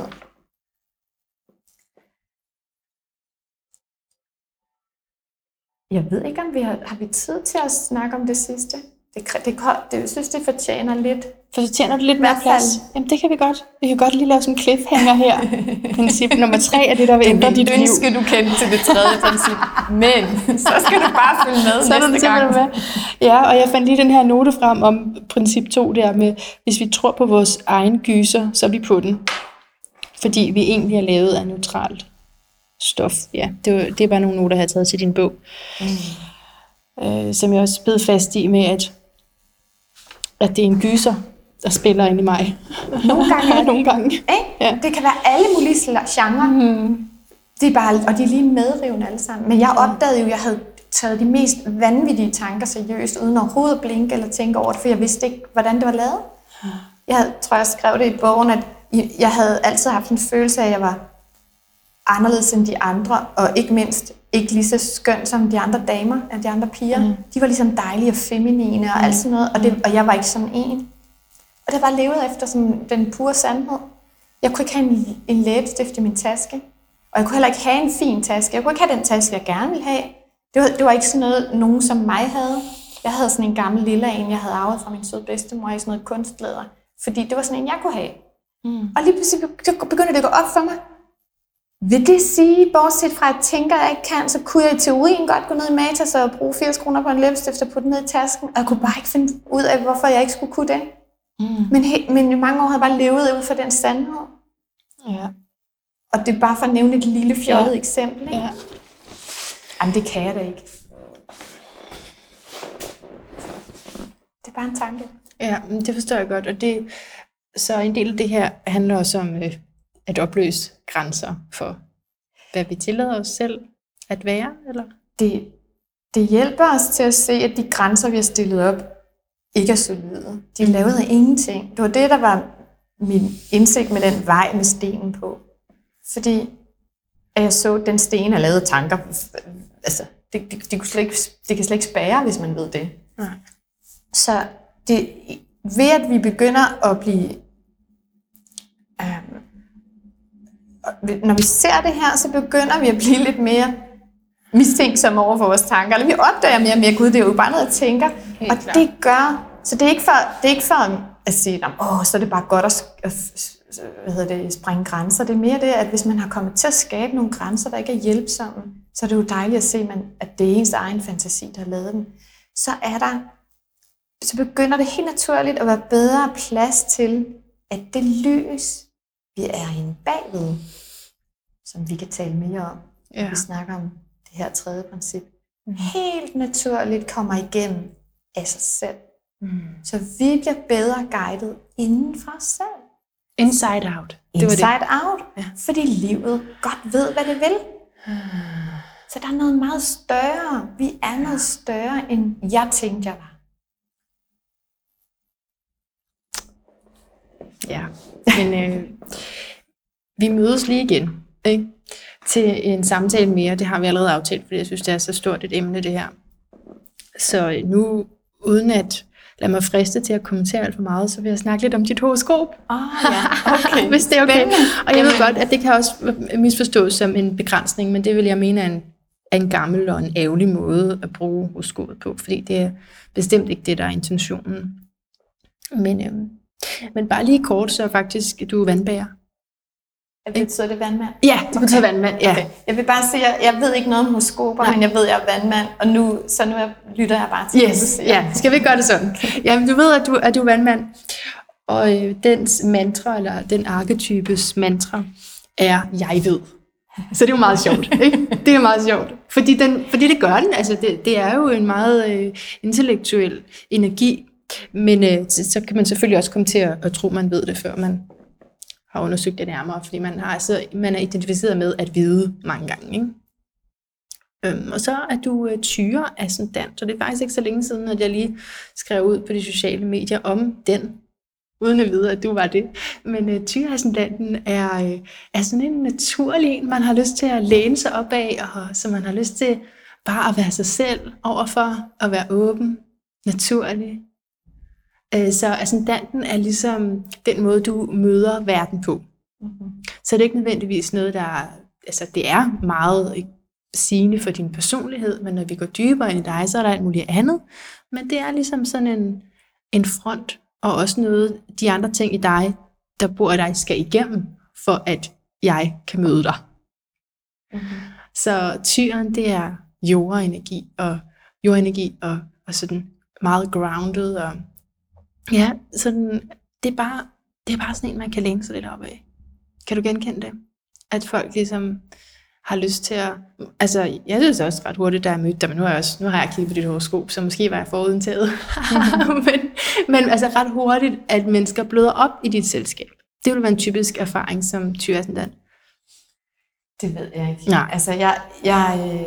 Speaker 2: Jeg ved ikke, om vi har, har vi tid til at snakke om det sidste. Det, det, det, jeg synes, det fortjener lidt.
Speaker 1: Fortjener det lidt mere plads? Jamen, det kan vi godt. Vi kan godt lige lave sådan en cliffhanger her. Princip nummer tre er det, der vil ændre dit liv.
Speaker 2: Det ønske, du kendte til det tredje princip. Men så skal du bare følge med
Speaker 1: så
Speaker 2: næste gang.
Speaker 1: Med. Ja, og jeg fandt lige den her note frem om princip to der med, hvis vi tror på vores egen gyser, så er vi på den. Fordi vi egentlig er lavet af neutralt stof. Ja, det, var, det er bare nogle noter, jeg har taget til din bog. Mm. Øh, som jeg også bed fast i med, at, at det er en gyser, der spiller ind i mig.
Speaker 2: Nogle gange er det.
Speaker 1: Nogle gange.
Speaker 2: Ja. Det kan være alle mulige genrer. Mm. Det er bare, og de er lige medrivende alle sammen. Men jeg opdagede jo, at jeg havde taget de mest vanvittige tanker seriøst, uden overhovedet at blinke eller tænke over det, for jeg vidste ikke, hvordan det var lavet. Jeg havde, tror, jeg skrev det i bogen, at jeg havde altid haft en følelse af, at jeg var anderledes end de andre, og ikke mindst ikke lige så skøn som de andre damer, af de andre piger. Mm. De var ligesom dejlige og feminine og mm. alt sådan noget, og, det, og jeg var ikke sådan en. Og det var levet efter sådan, den pure sandhed. Jeg kunne ikke have en, en læbestift i min taske, og jeg kunne heller ikke have en fin taske. Jeg kunne ikke have den taske, jeg gerne ville have. Det var, det var ikke sådan noget, nogen som mig havde. Jeg havde sådan en gammel lilla en, jeg havde arvet fra min søde bedstemor i sådan noget kunstlæder. Fordi det var sådan en, jeg kunne have. Mm. Og lige pludselig begyndte det at gå op for mig. Vil det sige, bortset fra at jeg tænker, at jeg ikke kan, så kunne jeg i teorien godt gå ned i Matas og bruge firs kroner på en læbestift og putte ned i tasken. Og jeg kunne bare ikke finde ud af, hvorfor jeg ikke skulle kunne det. Mm. Men, he, men i mange år havde jeg bare levet ud fra den sandhed.
Speaker 3: Ja.
Speaker 2: Og det er bare for at nævne et lille fjollet ja. eksempel. Ikke?
Speaker 3: Ja.
Speaker 2: Jamen, det kan jeg da ikke. Det er bare en tanke.
Speaker 3: Ja, det forstår jeg godt. Og det, så en del af det her handler også om øh, at opløse grænser for, hvad vi tillader os selv at være, eller?
Speaker 2: Det, det hjælper os til at se, at de grænser, vi har stillet op, ikke er solide. De er lavet af ingenting. Det var det, der var min indsigt med den vej med stenen på. Fordi at jeg så, at den sten er lavet tanker. Altså, det, det, det, kunne slet ikke, det kan slet ikke spære, hvis man ved det.
Speaker 3: Nej.
Speaker 2: Så det, ved at vi begynder at blive... Um, når vi ser det her, så begynder vi at blive lidt mere mistænksomme over for vores tanker. Eller vi opdager mere og mere, gud, det er jo bare noget, jeg tænker. Helt og klar. Det gør... Så det er ikke for, det er ikke for at sige, åh, så er det bare godt at, hvad hedder det, sprænge grænser. Det er mere det, at hvis man har kommet til at skabe nogle grænser, der ikke er hjælpsomme, så er det jo dejligt at se, at det er ens egen fantasi, der har lavet dem. Så er der... så begynder det helt naturligt at være bedre plads til, at det lys, vi er inde bagved, som vi kan tale mere om, ja. Når vi snakker om det her tredje princip, mm. helt naturligt kommer igennem af sig selv. Mm. Så vi bliver bedre guidet inden for os selv.
Speaker 3: Inside out.
Speaker 2: Det Inside var det. out. Ja. Fordi livet godt ved, hvad det vil. Mm. Så der er noget meget større. Vi er noget større, end jeg tænkte, jeg var.
Speaker 3: Ja, men øh, vi mødes lige igen, ikke? Til en samtale mere. Det har vi allerede aftalt, fordi jeg synes, det er så stort et emne, det her. Så nu, uden at lade mig friste til at kommentere alt for meget, så vil jeg snakke lidt om dit horoskop.
Speaker 2: Åh, oh, ja, okay.
Speaker 3: Hvis det er okay. Og jeg ved godt, at det kan også misforstås som en begrænsning, men det vil jeg mene er en, er en gammel og en ærgerlig måde at bruge horoskopet på, fordi det er bestemt ikke det, der er intentionen. Men... Øhm, Men bare lige kort, så faktisk, du er vandbærer.
Speaker 2: Jeg betyder det vandmand?
Speaker 3: Ja, det betyder okay. vandmand, ja. Okay.
Speaker 2: Jeg vil bare sige, at jeg ved ikke noget om horoskoper, men jeg ved, at jeg er vandmand, og nu, så nu lytter jeg bare til
Speaker 3: yes. det. Ja, skal vi gøre det sådan? Jamen, du ved, at du, at du er vandmand, og øh, dens mantra, eller den arketypes mantra, er, jeg ved. Så det er jo meget sjovt, ikke? Det er meget sjovt, fordi, den, fordi det gør den, altså det, det er jo en meget øh, intellektuel energi, men øh, så, så kan man selvfølgelig også komme til at, at tro, man ved det, før man har undersøgt det nærmere, fordi man, har, altså, man er identificeret med at vide mange gange. Ikke? Øhm, og så er du øh, tyre ascendant, så det er faktisk ikke så længe siden, at jeg lige skrev ud på de sociale medier om den, uden at vide, at du var det. Men øh, tyre ascendanten er, øh, er sådan en naturlig en, man har lyst til at læne sig op af, og så man har lyst til bare at være sig selv overfor, at være åben, naturlig. Så ascendanten er ligesom den måde, du møder verden på. Mm-hmm. Så det er ikke nødvendigvis noget, der er, altså det er meget sigende for din personlighed, men når vi går dybere ind i dig, så er der alt muligt andet. Men det er ligesom sådan en, en front, og også noget, de andre ting i dig, der bor i dig, skal igennem, for at jeg kan møde dig. Mm-hmm. Så tyren, det er jordenergi, og jordenergi, og, og sådan meget grounded, og ja, sådan, det er bare, det er bare sådan en, man kan læne sig lidt op af. Kan du genkende det? At folk ligesom har lyst til at... Altså, jeg synes også ret hurtigt, da jeg mødte dig, men nu har jeg, også, nu har jeg kigget på dit horoskop, så måske var jeg forudindtaget. men, men altså ret hurtigt, at mennesker bløder op i dit selskab. Det vil være en typisk erfaring som tyre ascendant.
Speaker 2: Det ved jeg ikke.
Speaker 3: Nej.
Speaker 2: Altså, jeg, jeg,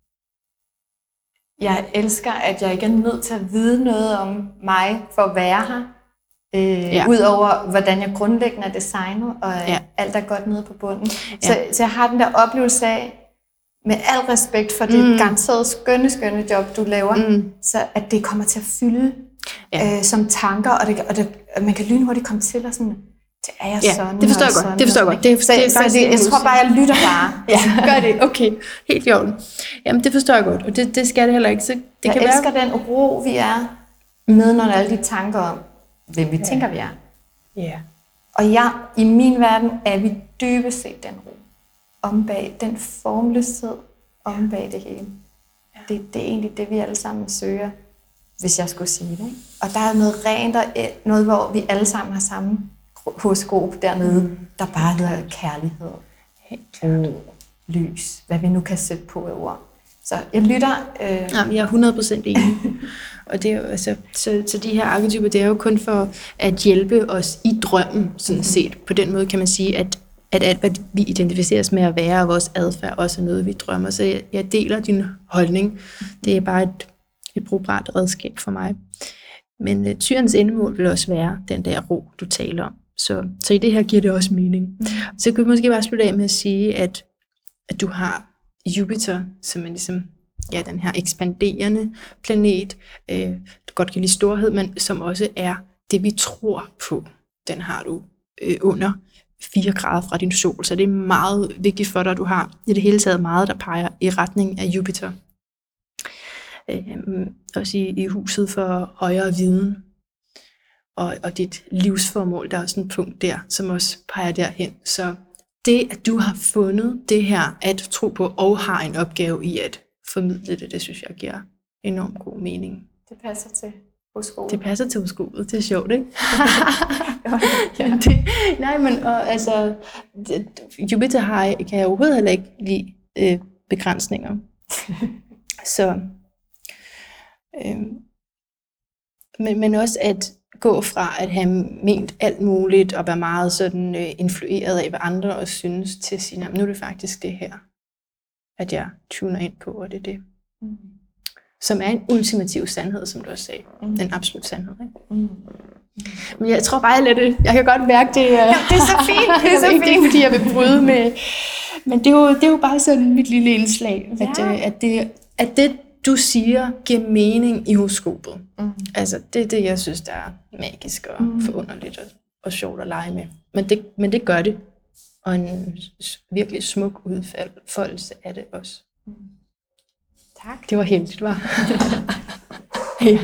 Speaker 2: jeg elsker, at jeg ikke er nødt til at vide noget om mig for at være her. Øh, ja. Udover hvordan jeg grundlæggende er designet, og ja. alt er godt nede på bunden. Ja. Så, så jeg har den der oplevelse af, med al respekt for det mm. garanteret skønne, skønne job, du laver, mm. så at det kommer til at fylde ja. øh, som tanker, og, det, og, det, og man kan lynhurtigt komme til at sådan, det er jeg
Speaker 3: ja,
Speaker 2: sådan.
Speaker 3: Det forstår jeg godt. Det forstår jeg godt. Det,
Speaker 2: så,
Speaker 3: det er
Speaker 2: så
Speaker 3: faktisk
Speaker 2: det, jeg tror bare, jeg lytter bare.
Speaker 3: Ja, gør det. Okay, helt i orden. Jamen, det forstår jeg godt, og det, det skal det heller ikke. Så det
Speaker 2: jeg
Speaker 3: kan
Speaker 2: elsker
Speaker 3: være...
Speaker 2: den ro, vi er med, når der er alle de tanker om, hvem vi ja. tænker, vi er.
Speaker 3: Ja.
Speaker 2: Og jeg, i min verden, er vi dybest set den ro. Om bag den formløshed, om bag det hele. Ja. Det, det er egentlig det, vi alle sammen søger, hvis jeg skulle sige det. Ikke? Og der er noget rent og noget, hvor vi alle sammen har samme horoskop dernede, mm. der bare hedder kærlighed, ro, lys, hvad vi nu kan sætte på i ord. Så jeg lytter... Øh...
Speaker 3: Jamen, jeg er hundrede procent enig. Og det er jo, altså, så, så de her arketyper, det er jo kun for at hjælpe os i drømmen, sådan set. På den måde kan man sige, at, at alt, hvad vi identificeres med at være, og vores adfærd også er noget, vi drømmer. Så jeg, jeg deler din holdning. Det er bare et, et brugbart redskab for mig. Men uh, tyrens endemål vil også være den der ro, du taler om. Så, så i det her giver det også mening. Mm. Så kan vi måske bare slutte af med at sige, at, at du har Jupiter, som er ligesom ja, den her ekspanderende planet, øh, du godt kan lide storhed, men som også er det, vi tror på. Den har du øh, under fire grader fra din sol, så det er meget vigtigt for dig, at du har i det hele taget meget, der peger i retning af Jupiter. Øh, også i, i huset for højere viden, og, og dit livsformål, der er også en punkt der, som også peger derhen. Så det, at du har fundet det her, at tro på, og har en opgave i at formidle det, det synes jeg giver enormt god mening.
Speaker 2: Det passer til horoskopet.
Speaker 3: Det passer til horoskopet, det er sjovt, ikke? ja, det, nej, men og, altså, det, Jupiter har, kan jeg overhovedet heller ikke lide øh, begrænsninger. Så, øh, men, men også at gå fra at have ment alt muligt og være meget sådan øh, influeret af, hvad andre også synes, til at sige, nu er det faktisk det her, at jeg tuner ind på, og det er det. Mm. Som er en ultimativ sandhed, som du også sagde. Mm. Den absolut sandhed, ikke? Mm. Men jeg tror bare, jeg lader det. Jeg kan godt mærke det.
Speaker 2: Ja, det er så fint.
Speaker 3: Det er så fint. Det er ikke, fordi jeg vil bryde med. Men det er jo, det er jo bare sådan mit lille indslag, ja. at, øh, at, det, at det, du siger, giver mening i horoskopet. Mm. Altså, det er det, jeg synes, der er magisk og mm. forunderligt og, og sjovt at lege med. Men det, men det gør det. Og en virkelig smuk udfoldelse af det også. Mm.
Speaker 2: Tak.
Speaker 3: Det var heldigt, var. Ja.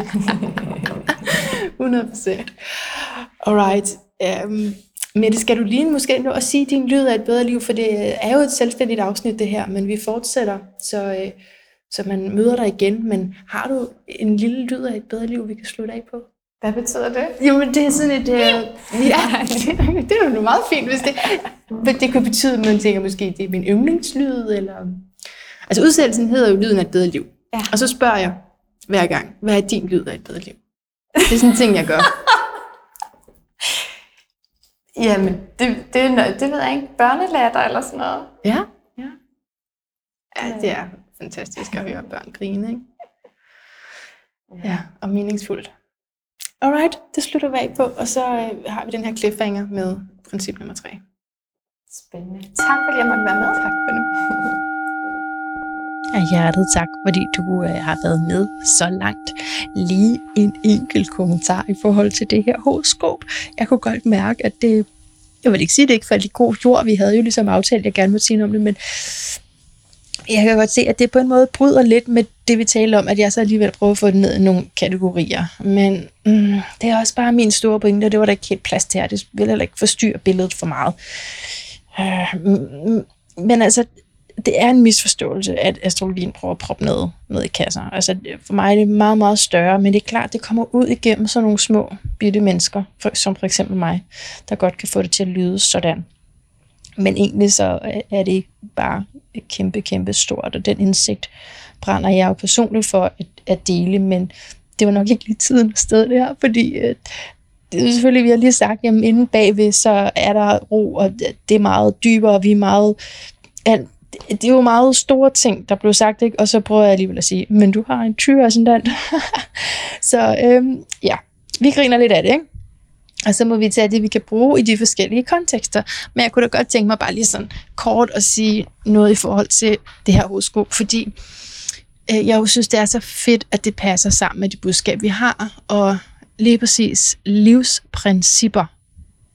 Speaker 3: hundrede procent. Alright. Um, Mette, skal du lige måske nå at sige din lyd af et bedre liv, for det er jo et selvstændigt afsnit det her, men vi fortsætter, så, øh, så man møder dig igen. Men har du en lille lyd af et bedre liv, vi kan slutte af på?
Speaker 2: Hvad betyder det?
Speaker 3: Jamen, det er sådan et... Øh, ja, det, det er jo meget fint, hvis det... Men det kan betyde, at man tænker måske, det er min yndlingslyd, eller... Altså, udsættelsen hedder jo lyden af et bedre liv. Ja. Og så spørger jeg hver gang, hvad er din lyd af et bedre liv? Det er sådan en ting, jeg gør.
Speaker 2: Jamen, det, det, det ved jeg ikke. Børnelatter eller sådan noget.
Speaker 3: Ja. Ja, ja det er fantastisk at høre børn grine, ikke? Ja, og meningsfuldt. Alright, det slutter vi af på, og så øh, har vi den her cliffhanger med princip nummer tre.
Speaker 2: Spændende. Tak fordi jeg måtte være med.
Speaker 3: Tak for nu.
Speaker 1: Af hjertet tak, fordi du øh, har været med så langt. Lige en enkelt kommentar i forhold til det her horoskop. Jeg kunne godt mærke, at det, jeg vil ikke sige, at det ikke faldt i god jord. Vi havde jo ligesom aftalt, at jeg gerne måtte sige noget om det, men jeg kan godt se, at det på en måde bryder lidt med det, vi taler om, at jeg så alligevel prøver at få det ned i nogle kategorier. Men mm, det er også bare min store pointe, og det var der ikke helt plads til her. Det vil heller ikke forstyrre billedet for meget. Øh, mm, men altså, det er en misforståelse, at astrologien prøver at proppe noget ned i kasser. Altså, for mig er det meget, meget større, men det er klart, det kommer ud igennem sådan nogle små, bitte mennesker, som for eksempel mig, der godt kan få det til at lyde sådan. Men egentlig så er det ikke bare kæmpe, kæmpe stort, og den indsigt brænder jeg jo personligt for at, at dele, men det var nok ikke lige tiden og stedet der, fordi øh, det er selvfølgelig, vi har lige sagt, jamen inden bagved, så er der ro, og det er meget dybere, og vi er meget... Alt, det er jo meget store ting, der blev sagt, ikke? Og så prøver jeg alligevel at sige, men du har en tyr og sådan den. Så øhm, ja, vi griner lidt af det, ikke? Og så må vi tage det, vi kan bruge i de forskellige kontekster. Men jeg kunne da godt tænke mig bare lige sådan kort at sige noget i forhold til det her horoskop, fordi øh, jeg jo synes, det er så fedt, at det passer sammen med det budskab, vi har. Og lige præcis livsprincipper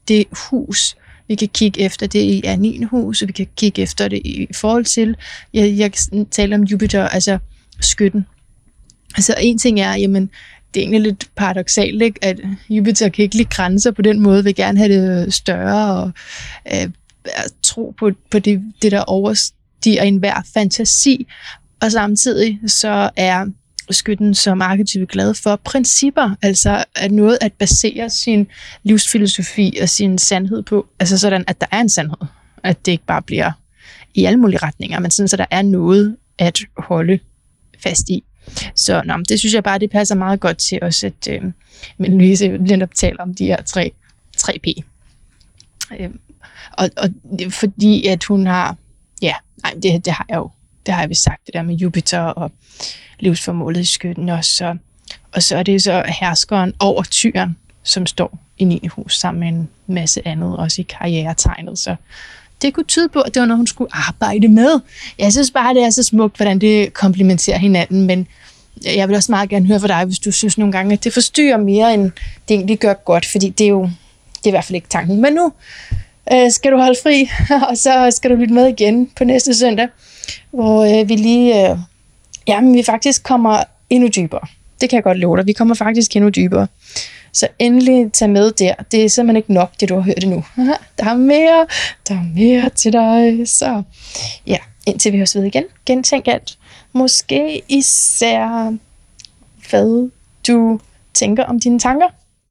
Speaker 1: det hus, vi kan kigge efter det i er niende hus, og vi kan kigge efter det i forhold til, jeg, jeg taler om Jupiter, altså skytten. Altså en ting er, jamen, det er egentlig lidt paradoksalt, ikke? At Jupiter kan ikke lide grænser på den måde, vil gerne have det større, og øh, tro på, på det, det, der overstiger enhver fantasi, og samtidig så er skytten som arketype glad for principper, altså at noget at basere sin livsfilosofi og sin sandhed på, altså sådan, at der er en sandhed, at det ikke bare bliver i alle mulige retninger, men sådan, så der er noget at holde fast i. Så nå, det synes jeg bare, det passer meget godt til os, at øh, men Louise netop taler om de her tre, tre P. Øh, og, og fordi at hun har, ja, nej, det, det har jeg jo, det har jeg vist sagt, det der med Jupiter og livsformålet i skytten også. Og, og så er det så herskeren over tyren, som står i niende hus sammen med en masse andet, også i karrieretegnet. Så det kunne tyde på, at det var noget, hun skulle arbejde med. Jeg synes bare, det er så smukt, hvordan det komplementerer hinanden, men jeg vil også meget gerne høre fra dig, hvis du synes nogle gange, at det forstyrrer mere, end det egentlig gør godt, fordi det er jo, det er i hvert fald ikke tanken. Men nu øh, skal du holde fri, og så skal du lytte med igen på næste søndag, hvor øh, vi lige, øh, jamen vi faktisk kommer endnu dybere. Det kan jeg godt love dig, vi kommer faktisk endnu dybere. Så endelig tag med der. Det er simpelthen ikke nok, det du har hørt endnu. Der er mere, der er mere til dig. Så ja, indtil vi høres ved igen. Gentænk alt. Måske især, hvad du tænker om dine tanker.